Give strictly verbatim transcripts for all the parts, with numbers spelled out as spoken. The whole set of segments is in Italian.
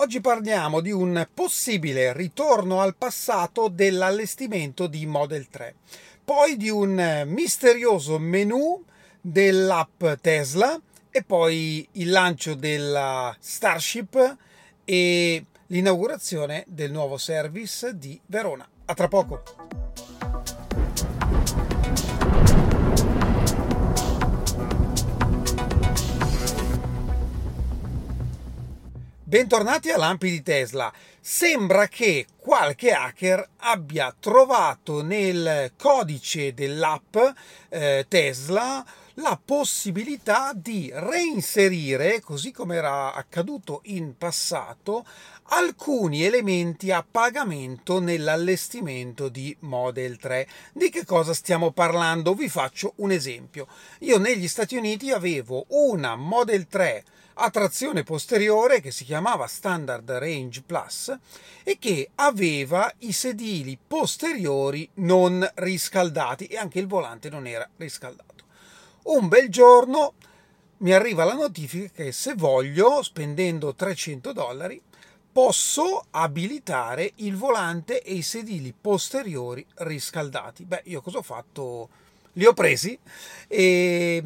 Oggi parliamo di un possibile ritorno al passato dell'allestimento di Model tre, poi di un misterioso menu dell'app Tesla e poi il lancio della Starship e l'inaugurazione del nuovo service di Verona. A tra poco! Bentornati a Lampi di Tesla. Sembra che qualche hacker abbia trovato nel codice dell'app eh, Tesla la possibilità di reinserire, così come era accaduto in passato, alcuni elementi a pagamento nell'allestimento di Model tre. Di che cosa stiamo parlando? Vi faccio un esempio. Io negli Stati Uniti avevo una Model tre a trazione posteriore che si chiamava Standard Range Plus e che aveva i sedili posteriori non riscaldati e anche il volante non era riscaldato. Un bel giorno mi arriva la notifica che se voglio, spendendo trecento dollari, posso abilitare il volante e i sedili posteriori riscaldati. Beh, io cosa ho fatto? Li ho presi e,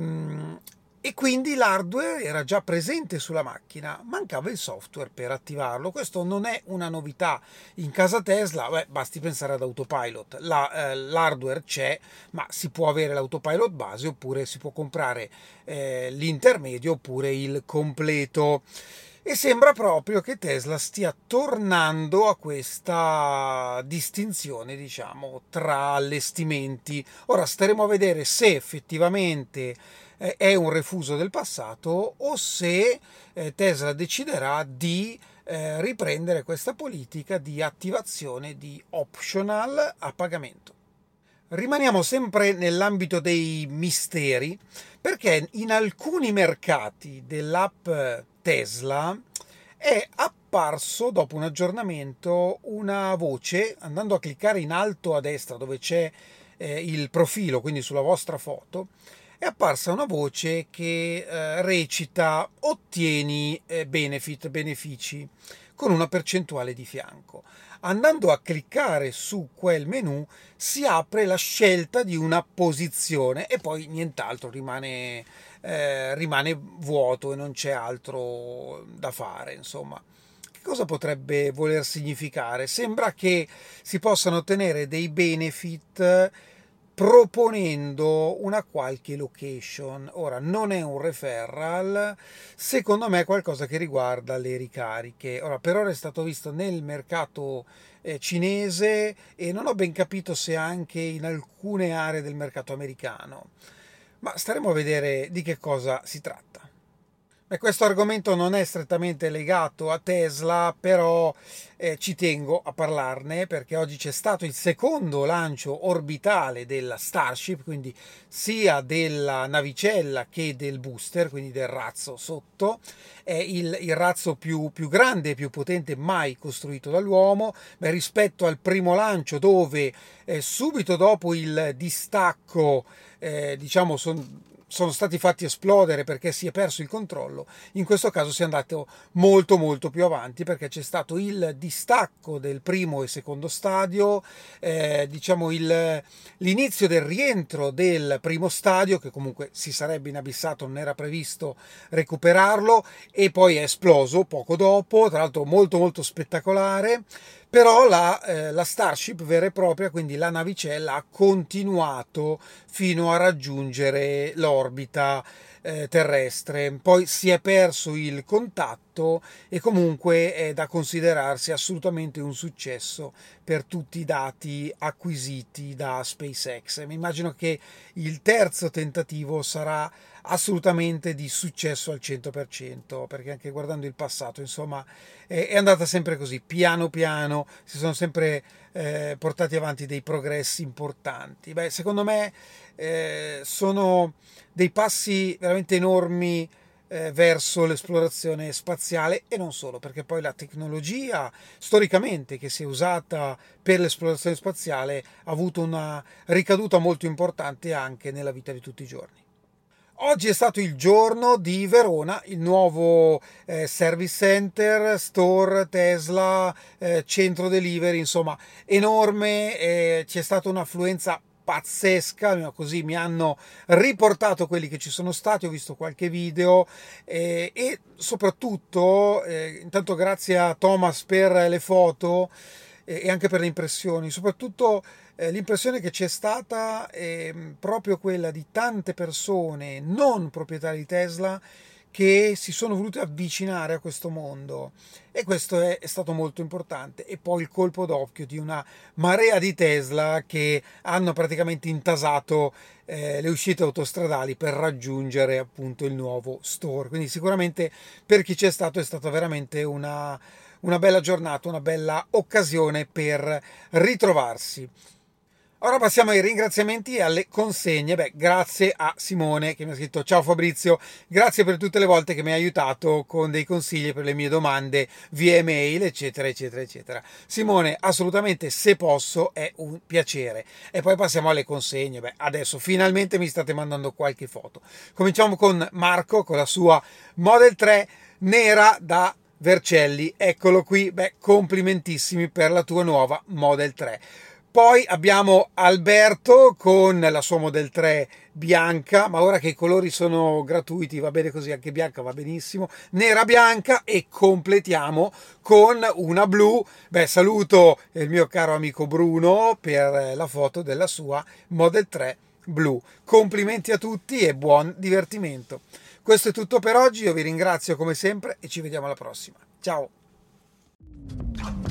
e quindi l'hardware era già presente sulla macchina, mancava il software per attivarlo. Questo non è una novità in casa Tesla, beh, basti pensare ad Autopilot. La, eh, l'hardware c'è, ma si può avere l'Autopilot base oppure si può comprare eh, l'intermedio oppure il completo. E sembra proprio che Tesla stia tornando a questa distinzione, diciamo, tra allestimenti. Ora staremo a vedere se effettivamente eh, è un refuso del passato o se eh, Tesla deciderà di eh, riprendere questa politica di attivazione di optional a pagamento. Rimaniamo sempre nell'ambito dei misteri perché in alcuni mercati dell'app Tesla è apparso dopo un aggiornamento una voce, andando a cliccare in alto a destra dove c'è eh, il profilo, quindi sulla vostra foto, è apparsa una voce che eh, recita ottieni eh, benefit, benefici con una percentuale di fianco. Andando a cliccare su quel menu si apre la scelta di una posizione e poi nient'altro, rimane, eh, rimane vuoto e non c'è altro da fare, insomma. Che cosa potrebbe voler significare? Sembra che si possano ottenere dei benefit proponendo una qualche location. Ora, non è un referral, secondo me è qualcosa che riguarda le ricariche. Ora, per ora è stato visto nel mercato eh, cinese e non ho ben capito se anche in alcune aree del mercato americano, ma staremo a vedere di che cosa si tratta. Beh, questo argomento non è strettamente legato a Tesla, però eh, ci tengo a parlarne perché oggi c'è stato il secondo lancio orbitale della Starship, quindi sia della navicella che del booster, quindi del razzo sotto. È il, il razzo più, più grande e più potente mai costruito dall'uomo. Beh, rispetto al primo lancio dove eh, subito dopo il distacco, eh, diciamo, sono sono stati fatti esplodere perché si è perso il controllo, in questo caso si è andato molto molto più avanti perché c'è stato il distacco del primo e secondo stadio, eh, diciamo il, l'inizio del rientro del primo stadio che comunque si sarebbe inabissato, non era previsto recuperarlo e poi è esploso poco dopo, tra l'altro molto molto spettacolare. Però la, eh, la Starship vera e propria, quindi la navicella, ha continuato fino a raggiungere l'orbita eh, terrestre. Poi si è perso il contatto e comunque è da considerarsi assolutamente un successo per tutti i dati acquisiti da SpaceX. Mi immagino che il terzo tentativo sarà assolutamente di successo al cento per cento, perché anche guardando il passato, insomma, è, è andata sempre così, piano piano, si sono sempre eh, portati avanti dei progressi importanti. Beh, secondo me eh, sono dei passi veramente enormi eh, verso l'esplorazione spaziale e non solo, perché poi la tecnologia storicamente che si è usata per l'esplorazione spaziale ha avuto una ricaduta molto importante anche nella vita di tutti i giorni. Oggi è stato il giorno di Verona, il nuovo eh, service center, store Tesla, eh, centro delivery, insomma, enorme. Eh, c'è stata un'affluenza pazzesca, almeno così mi hanno riportato quelli che ci sono stati, ho visto qualche video eh, e soprattutto, eh, intanto grazie a Thomas per le foto eh, e anche per le impressioni, soprattutto eh, l'impressione che c'è stata è proprio quella di tante persone non proprietarie di Tesla che si sono volute avvicinare a questo mondo, e questo è, è stato molto importante. E poi il colpo d'occhio di una marea di Tesla che hanno praticamente intasato eh, le uscite autostradali per raggiungere appunto il nuovo store. Quindi sicuramente per chi c'è stato è stata veramente una, una bella giornata, una bella occasione per ritrovarsi. Ora passiamo ai ringraziamenti e alle consegne. Beh, grazie a Simone che mi ha scritto: ciao Fabrizio, grazie per tutte le volte che mi hai aiutato con dei consigli per le mie domande via email, eccetera, eccetera, eccetera. Simone, assolutamente, se posso, è un piacere. E poi passiamo alle consegne. Beh, adesso finalmente mi state mandando qualche foto. Cominciamo con Marco, con la sua Model tre nera da Vercelli. Eccolo qui. Beh, complimentissimi per la tua nuova Model tre. Poi abbiamo Alberto con la sua Model tre bianca, ma ora che i colori sono gratuiti va bene così, anche bianca va benissimo, nera bianca, e completiamo con una blu. Beh, saluto il mio caro amico Bruno per la foto della sua Model tre blu. Complimenti a tutti e buon divertimento. Questo è tutto per oggi, io vi ringrazio come sempre e ci vediamo alla prossima. Ciao!